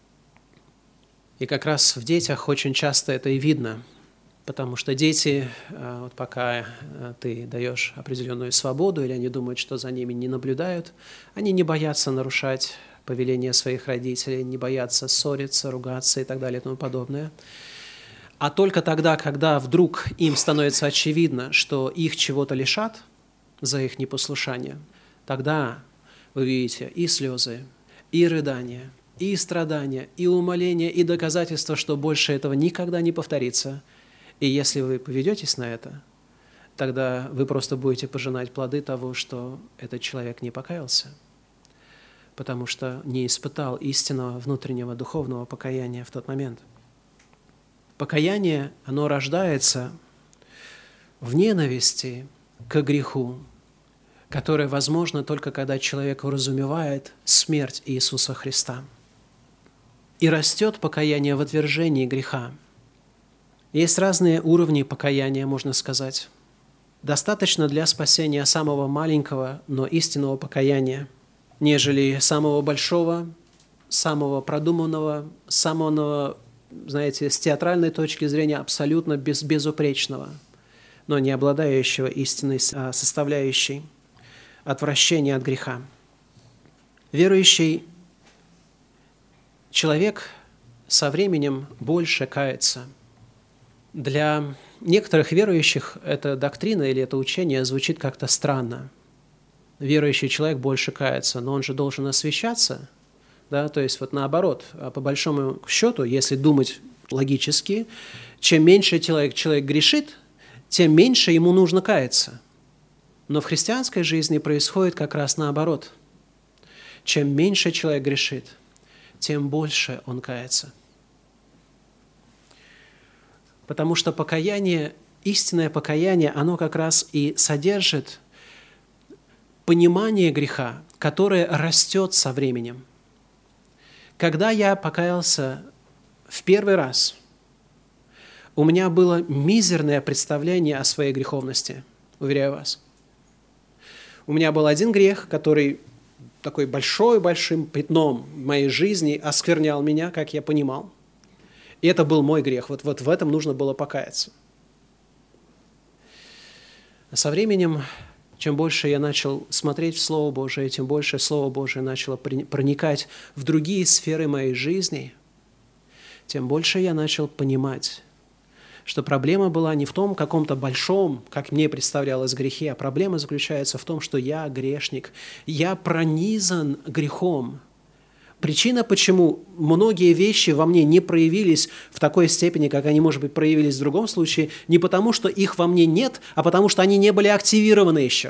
И как раз в детях очень часто это и видно, потому что дети, вот пока ты даешь определенную свободу, или они думают, что за ними не наблюдают, они не боятся нарушать повеления своих родителей, не боятся ссориться, ругаться и так далее и тому подобное. А только тогда, когда вдруг им становится очевидно, что их чего-то лишат за их непослушание, тогда вы видите и слезы, и рыдания, и страдания, и умоления, и доказательства, что больше этого никогда не повторится. И если вы поведетесь на это, тогда вы просто будете пожинать плоды того, что этот человек не покаялся, потому что не испытал истинного внутреннего духовного покаяния в тот момент. Покаяние, оно рождается в ненависти к греху, которое возможно только когда человек уразумевает смерть Иисуса Христа. И растет покаяние в отвержении греха. Есть разные уровни покаяния, можно сказать. Достаточно для спасения самого маленького, но истинного покаяния, нежели самого большого, самого продуманного, самого, знаете, с театральной точки зрения абсолютно безупречного, но не обладающего истинной составляющей отвращения от греха. Верующий человек со временем больше кается. Для некоторых верующих эта доктрина или это учение звучит как-то странно. Верующий человек больше кается, но он же должен освящаться. Да? То есть вот наоборот, по большому счету, если думать логически, чем меньше человек грешит, тем меньше ему нужно каяться. Но в христианской жизни происходит как раз наоборот. Чем меньше человек грешит, тем больше он кается. Потому что покаяние, истинное покаяние, оно как раз и содержит понимание греха, которое растет со временем. Когда я покаялся в первый раз, у меня было мизерное представление о своей греховности, уверяю вас. У меня был один грех, который такой большим пятном в моей жизни осквернял меня, как я понимал. И это был мой грех. Вот в этом нужно было покаяться. Со временем, чем больше я начал смотреть в Слово Божие, тем больше Слово Божие начало проникать в другие сферы моей жизни, тем больше я начал понимать, что проблема была не в том каком-то большом, как мне представлялось, грехе, а проблема заключается в том, что я грешник, я пронизан грехом. Причина, почему многие вещи во мне не проявились в такой степени, как они, может быть, проявились в другом случае, не потому, что их во мне нет, а потому, что они не были активированы еще.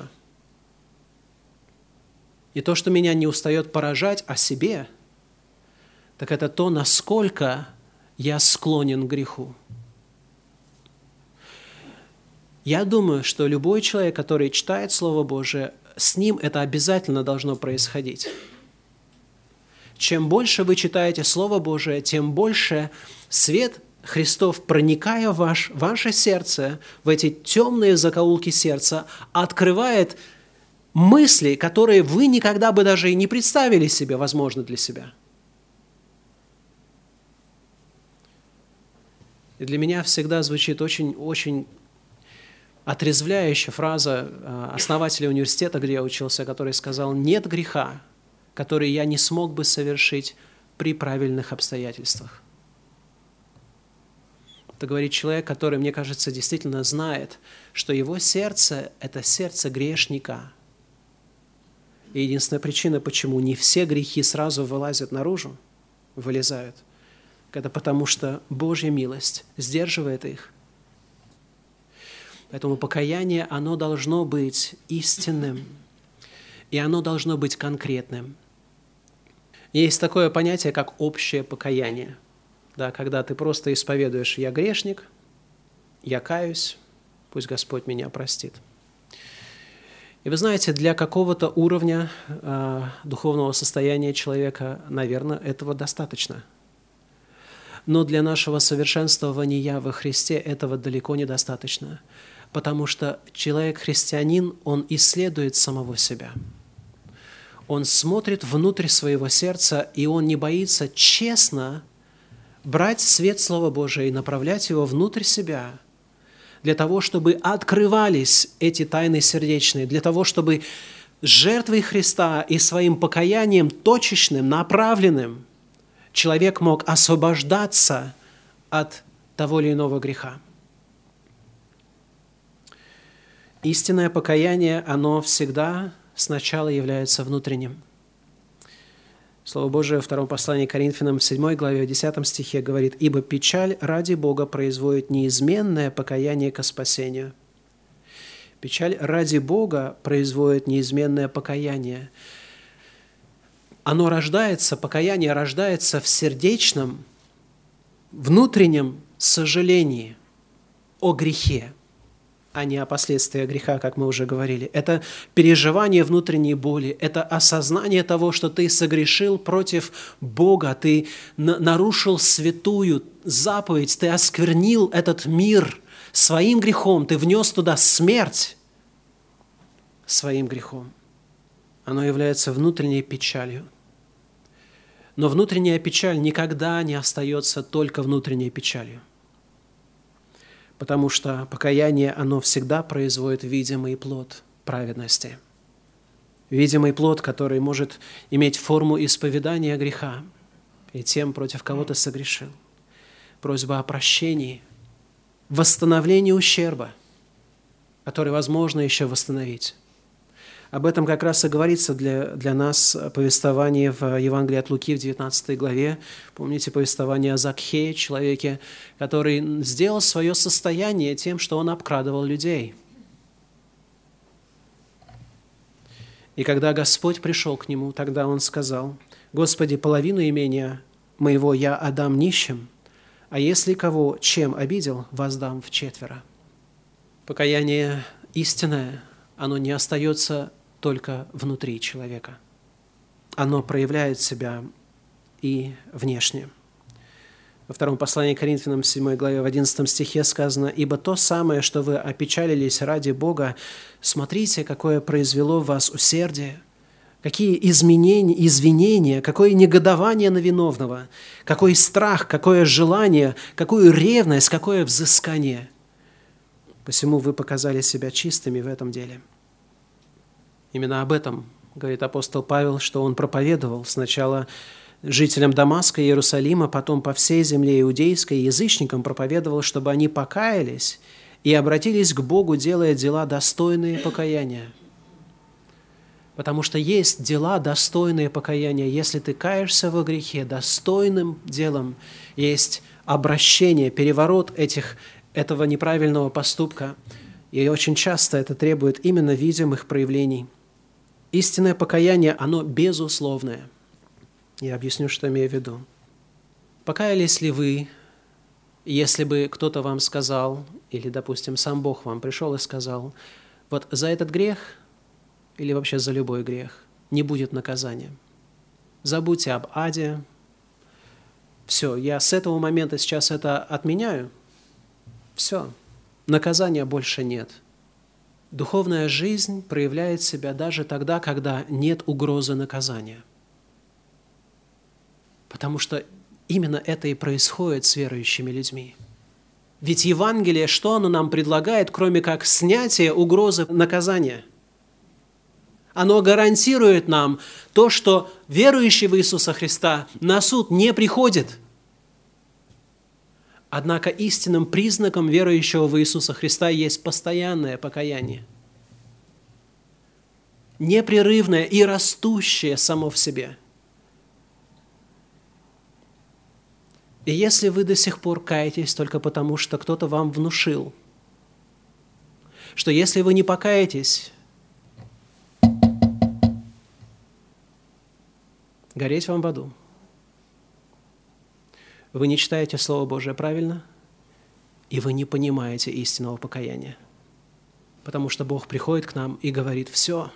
И то, что меня не устает поражать о себе, так это то, насколько я склонен к греху. Я думаю, что любой человек, который читает Слово Божие, с ним это обязательно должно происходить. Чем больше вы читаете Слово Божие, тем больше свет Христов, проникая в ваше сердце, в эти темные закоулки сердца, открывает мысли, которые вы никогда бы даже и не представили себе, возможно, для себя. И для меня всегда звучит очень отрезвляющая фраза основателя университета, где я учился, который сказал: «Нет греха, который я не смог бы совершить при правильных обстоятельствах». Это говорит человек, который, мне кажется, действительно знает, что его сердце – это сердце грешника. И единственная причина, почему не все грехи сразу вылазят наружу, вылезают, это потому, что Божья милость сдерживает их. Поэтому покаяние, оно должно быть истинным, и оно должно быть конкретным. Есть такое понятие, как общее покаяние, да, когда ты просто исповедуешь: «Я грешник, я каюсь, пусть Господь меня простит». И вы знаете, для какого-то уровня духовного состояния человека, наверное, этого достаточно. Но для нашего совершенствования во Христе этого далеко недостаточно, потому что человек-христианин, он исследует самого себя. Он смотрит внутрь своего сердца, и он не боится честно брать свет Слова Божия и направлять его внутрь себя, для того, чтобы открывались эти тайны сердечные, для того, чтобы жертвой Христа и своим покаянием точечным, направленным, человек мог освобождаться от того или иного греха. Истинное покаяние, оно всегда сначала является внутренним. Слово Божие в втором послании к Коринфянам в 7 главе, 10 стихе говорит: «Ибо печаль ради Бога производит неизменное покаяние ко спасению». Печаль ради Бога производит неизменное покаяние. Оно рождается, покаяние рождается в сердечном, внутреннем сожалении о грехе, а не о последствиях греха, как мы уже говорили. Это переживание внутренней боли, это осознание того, что ты согрешил против Бога, ты нарушил святую заповедь, ты осквернил этот мир своим грехом, ты внес туда смерть своим грехом. Оно является внутренней печалью. Но внутренняя печаль никогда не остается только внутренней печалью. Потому что покаяние, оно всегда производит видимый плод праведности. Видимый плод, который может иметь форму исповедания греха и тем, против кого ты согрешил. Просьба о прощении, восстановлении ущерба, который возможно еще восстановить. Об этом как раз и говорится для нас повествование в Евангелии от Луки в 19 главе. Помните повествование о Закхее, человеке, который сделал свое состояние тем, что он обкрадывал людей. И когда Господь пришел к нему, тогда он сказал: «Господи, половину имения моего я отдам нищим, а если кого чем обидел, воздам вчетверо». Покаяние истинное, оно не остается только внутри человека. Оно проявляет себя и внешне. Во втором послании к Коринфянам, 7 главе, в 11 стихе сказано: «Ибо то самое, что вы опечалились ради Бога, смотрите, какое произвело в вас усердие, какие изменения, извинения, какое негодование на виновного, какой страх, какое желание, какую ревность, какое взыскание». Посему вы показали себя чистыми в этом деле». Именно об этом говорит апостол Павел, что он проповедовал сначала жителям Дамаска и Иерусалима, потом по всей земле иудейской, язычникам проповедовал, чтобы они покаялись и обратились к Богу, делая дела, достойные покаяния. Потому что есть дела, достойные покаяния. Если ты каешься во грехе, достойным делом есть обращение, переворот этого неправильного поступка. И очень часто это требует именно видимых проявлений. Истинное покаяние, оно безусловное. Я объясню, что имею в виду. Покаялись ли вы, если бы кто-то вам сказал, или, допустим, сам Бог вам пришел и сказал, вот за этот грех, или вообще за любой грех, не будет наказания. Забудьте об аде. Все, я с этого момента сейчас это отменяю. Все, наказания больше нет. Духовная жизнь проявляет себя даже тогда, когда нет угрозы наказания. Потому что именно это и происходит с верующими людьми. Ведь Евангелие, что оно нам предлагает, кроме как снятие угрозы наказания? Оно гарантирует нам то, что верующий в Иисуса Христа на суд не приходит. Однако истинным признаком верующего в Иисуса Христа есть постоянное покаяние. Непрерывное и растущее само в себе. И если вы до сих пор каетесь только потому, что кто-то вам внушил, что если вы не покаетесь, гореть вам в аду. Вы не читаете Слово Божие правильно, и вы не понимаете истинного покаяния. Потому что Бог приходит к нам и говорит: все,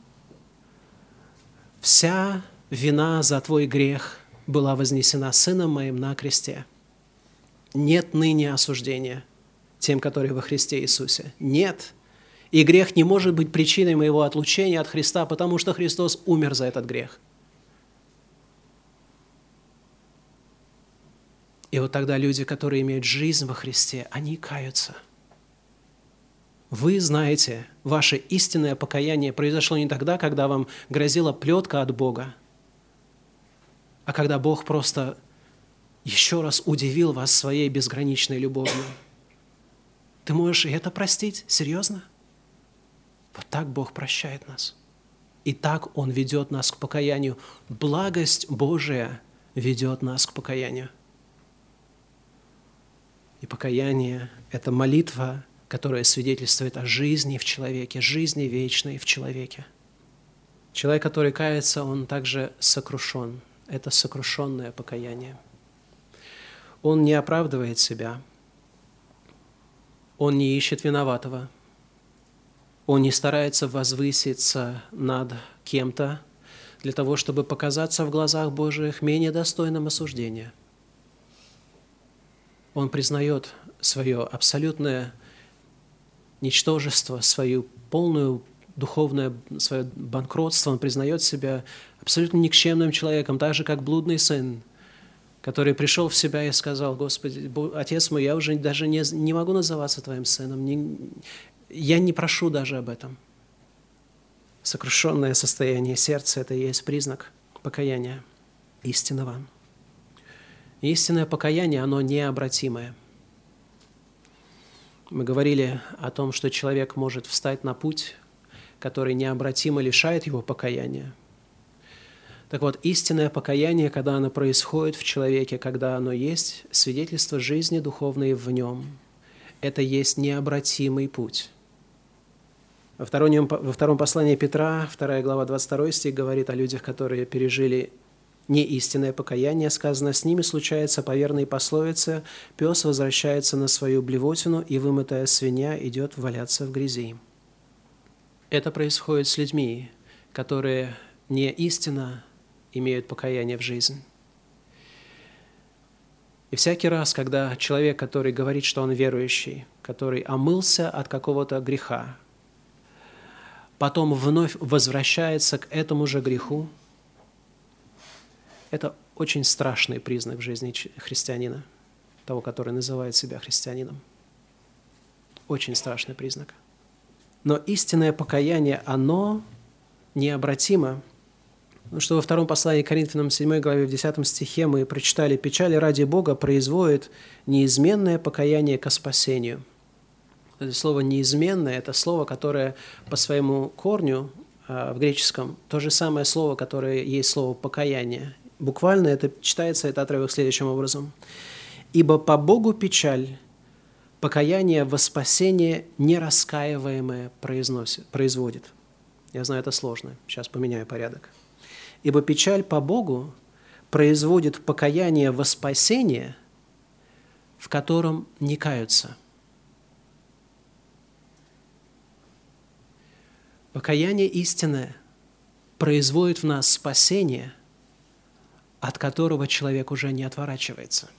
вся вина за твой грех была вознесена Сыном Моим на кресте. Нет ныне осуждения тем, которые во Христе Иисусе. Нет. И грех не может быть причиной моего отлучения от Христа, потому что Христос умер за этот грех. И вот тогда люди, которые имеют жизнь во Христе, они каются. Вы знаете, ваше истинное покаяние произошло не тогда, когда вам грозила плетка от Бога, а когда Бог просто еще раз удивил вас своей безграничной любовью. Ты можешь и это простить? Серьезно? Вот так Бог прощает нас. И так Он ведет нас к покаянию. Благость Божия ведет нас к покаянию. И покаяние – это молитва, которая свидетельствует о жизни в человеке, жизни вечной в человеке. Человек, который кается, он также сокрушен. Это сокрушенное покаяние. Он не оправдывает себя. Он не ищет виноватого. Он не старается возвыситься над кем-то для того, чтобы показаться в глазах Божиих менее достойным осуждения. Он признает свое абсолютное ничтожество, свою полную духовное свое банкротство. Он признает себя абсолютно никчемным человеком, так же, как блудный сын, который пришел в себя и сказал: «Господи, Отец мой, я уже даже не могу называться Твоим сыном, я не прошу даже об этом». Сокрушенное состояние сердца – это и есть признак покаяния истинного. Истинное покаяние, оно необратимое. Мы говорили о том, что человек может встать на путь, который необратимо лишает его покаяния. Так вот, истинное покаяние, когда оно происходит в человеке, когда оно есть свидетельство жизни духовной в нем, это есть необратимый путь. Во втором послании Петра, 2 глава, 22 стих, говорит о людях, которые пережили неистинное покаяние. Сказано: «С ними случается по верной пословице: пес возвращается на свою блевотину, и вымытая свинья идет валяться в грязи». Это происходит с людьми, которые не истинно имеют покаяние в жизнь. И всякий раз, когда человек, который говорит, что он верующий, который омылся от какого-то греха, потом вновь возвращается к этому же греху, это очень страшный признак в жизни христианина, того, который называет себя христианином. очень страшный признак. Но истинное покаяние, оно необратимо. Потому что во втором послании к Коринфянам 7 главе в 10 стихе мы прочитали: «Печаль ради Бога производит неизменное покаяние ко спасению». Это слово «неизменное» – это слово, которое по своему корню в греческом то же самое слово, которое есть слово «покаяние». Буквально это читается, этот отрывок следующим образом: «Ибо по Богу печаль, покаяние во спасение нераскаиваемое производит». Я знаю, это сложно. Сейчас поменяю порядок. «Ибо печаль по Богу производит покаяние во спасение, в котором не каются». Покаяние истинное производит в нас спасение, от которого человек уже не отворачивается.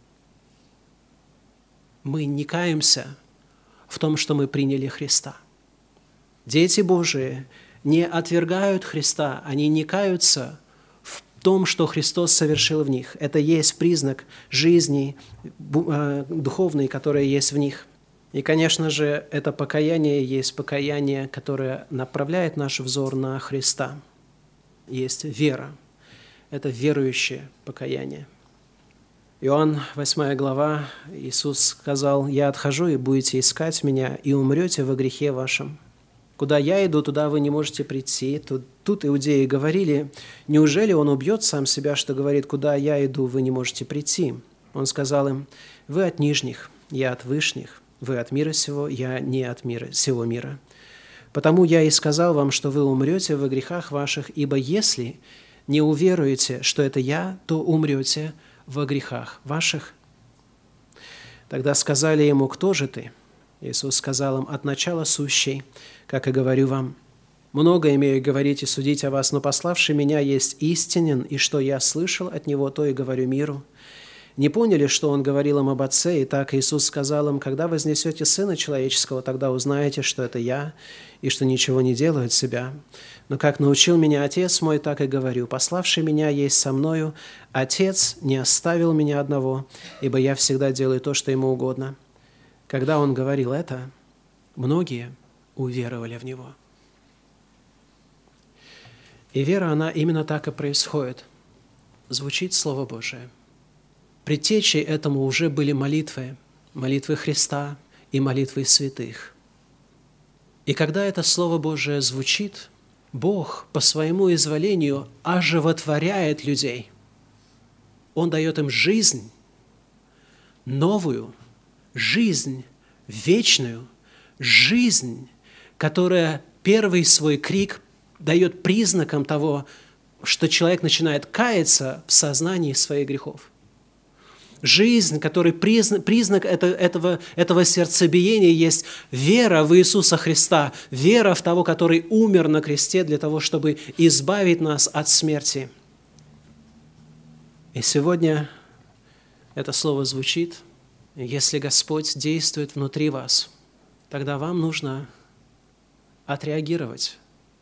Мы не каемся в том, что мы приняли Христа. Дети Божии не отвергают Христа, они не каются в том, что Христос совершил в них. Это есть признак жизни духовной, которая есть в них. И, конечно же, это покаяние есть покаяние, которое направляет наш взор на Христа. Есть вера. Это верующее покаяние. Иоанн, 8 глава, Иисус сказал: «Я отхожу, и будете искать Меня, и умрете во грехе вашем. Куда я иду, туда вы не можете прийти». Тут иудеи говорили: «Неужели Он убьет сам себя, что говорит: куда я иду, вы не можете прийти?» Он сказал им: «Вы от нижних, я от вышних, вы от мира сего, я не от мира сего мира. Потому я и сказал вам, что вы умрете во грехах ваших, ибо если не уверуете, что это я, то умрете во грехах ваших». Тогда сказали ему: «Кто же ты?» Иисус сказал им: «От начала сущий, как и говорю вам. Много имею говорить и судить о вас, но пославший меня есть истинен, и что я слышал от него, то и говорю миру». Не поняли, что он говорил им об Отце, и так Иисус сказал им: «Когда вознесете Сына Человеческого, тогда узнаете, что это я, и что ничего не делаю от себя. Но как научил меня Отец мой, так и говорю. Пославший меня есть со мною. Отец не оставил меня одного, ибо я всегда делаю то, что ему угодно». Когда он говорил это, многие уверовали в него. И вера, она именно так и происходит. Звучит Слово Божие. Предтечей этому уже были молитвы Христа и молитвы святых. И когда это Слово Божие звучит, Бог по своему изволению оживотворяет людей. Он дает им жизнь, новую, жизнь вечную, жизнь, которая первый свой крик дает признаком того, что человек начинает каяться в сознании своих грехов. Жизнь, который признак этого сердцебиения есть вера в Иисуса Христа, вера в того, который умер на кресте для того, чтобы избавить нас от смерти. И сегодня это слово звучит: если Господь действует внутри вас, тогда вам нужно отреагировать.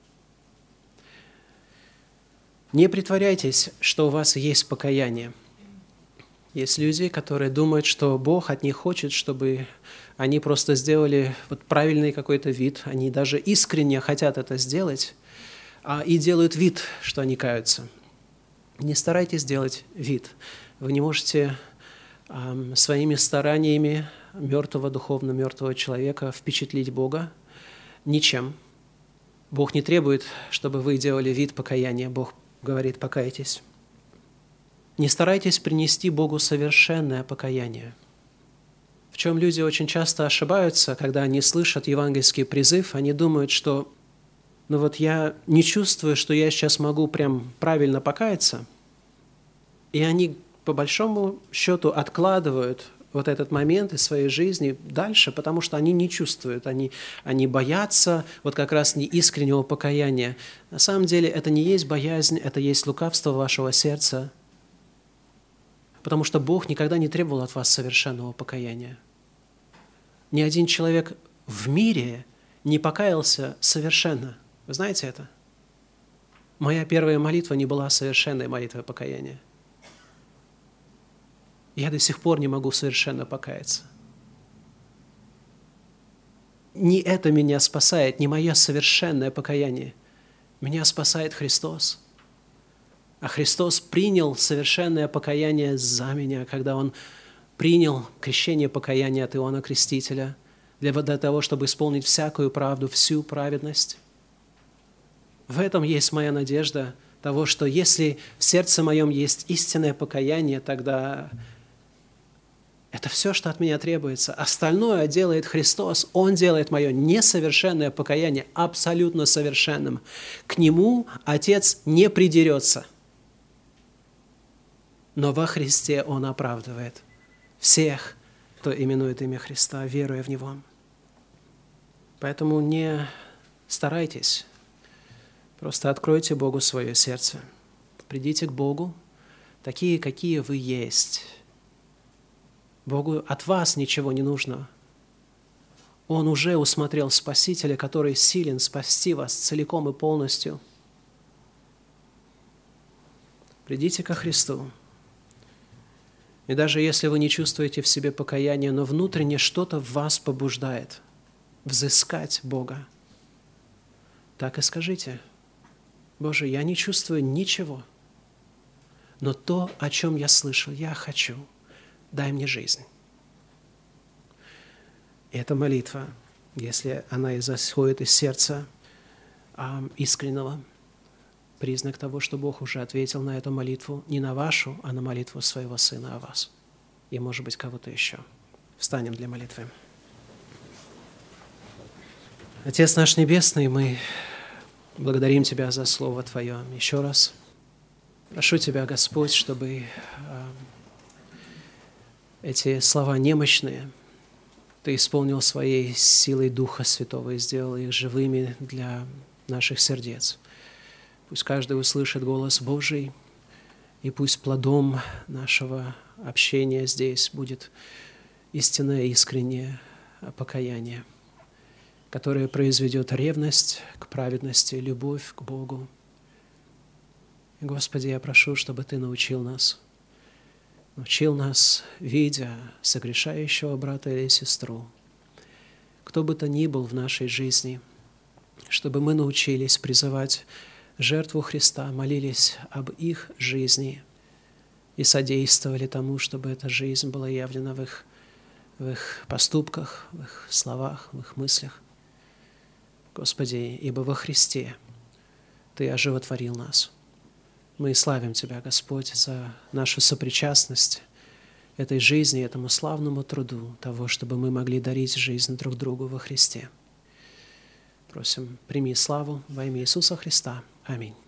Не притворяйтесь, что у вас есть покаяние. Есть люди, которые думают, что Бог от них хочет, чтобы они просто сделали правильный какой-то вид. Они даже искренне хотят это сделать, и делают вид, что они каются. Не старайтесь делать вид. Вы не можете своими стараниями духовно мертвого человека впечатлить Бога ничем. Бог не требует, чтобы вы делали вид покаяния. Бог говорит: покайтесь. Не старайтесь принести Богу совершенное покаяние. В чем люди очень часто ошибаются, когда они слышат евангельский призыв, они думают, что я не чувствую, что я сейчас могу прям правильно покаяться, и они по большому счету откладывают этот момент из своей жизни дальше, потому что они не чувствуют, они боятся как раз неискреннего покаяния. На самом деле это не есть боязнь, это есть лукавство вашего сердца, потому что Бог никогда не требовал от вас совершенного покаяния. Ни один человек в мире не покаялся совершенно. Вы знаете это? Моя первая молитва не была совершенной молитвой покаяния. Я до сих пор не могу совершенно покаяться. не это меня спасает, не мое совершенное покаяние. Меня спасает Христос. А Христос принял совершенное покаяние за меня, когда Он принял крещение покаяния от Иоанна Крестителя для того, чтобы исполнить всякую правду, всю праведность. В этом есть моя надежда того, что если в сердце моем есть истинное покаяние, тогда это все, что от меня требуется. Остальное делает Христос. Он делает мое несовершенное покаяние абсолютно совершенным. К Нему Отец не придерется. Но во Христе Он оправдывает всех, кто именует имя Христа, веруя в Него. Поэтому не старайтесь. Просто откройте Богу свое сердце. Придите к Богу, такие, какие вы есть. Богу от вас ничего не нужно. Он уже усмотрел Спасителя, который силен спасти вас целиком и полностью. Придите ко Христу. И даже если вы не чувствуете в себе покаяния, но внутренне что-то в вас побуждает взыскать Бога, так и скажите: Боже, я не чувствую ничего, но то, о чем я слышал, я хочу. Дай мне жизнь. И эта молитва, если она исходит из сердца искреннего, признак того, что Бог уже ответил на эту молитву, не на вашу, а на молитву своего Сына о вас. И, может быть, кого-то еще. Встанем для молитвы. Отец наш Небесный, мы благодарим Тебя за Слово Твое. Еще раз прошу Тебя, Господь, чтобы эти слова немощные Ты исполнил своей силой Духа Святого и сделал их живыми для наших сердец. Пусть каждый услышит голос Божий, и пусть плодом нашего общения здесь будет истинное, искреннее покаяние, которое произведет ревность к праведности, любовь к Богу. Господи, я прошу, чтобы Ты научил нас, видя согрешающего брата или сестру, кто бы то ни был в нашей жизни, чтобы мы научились призывать жертву Христа, молились об их жизни и содействовали тому, чтобы эта жизнь была явлена в их поступках, в их словах, в их мыслях. Господи, ибо во Христе Ты оживотворил нас. Мы славим Тебя, Господь, за нашу сопричастность этой жизни, этому славному труду того, чтобы мы могли дарить жизнь друг другу во Христе. Просим, прими славу во имя Иисуса Христа. Аминь.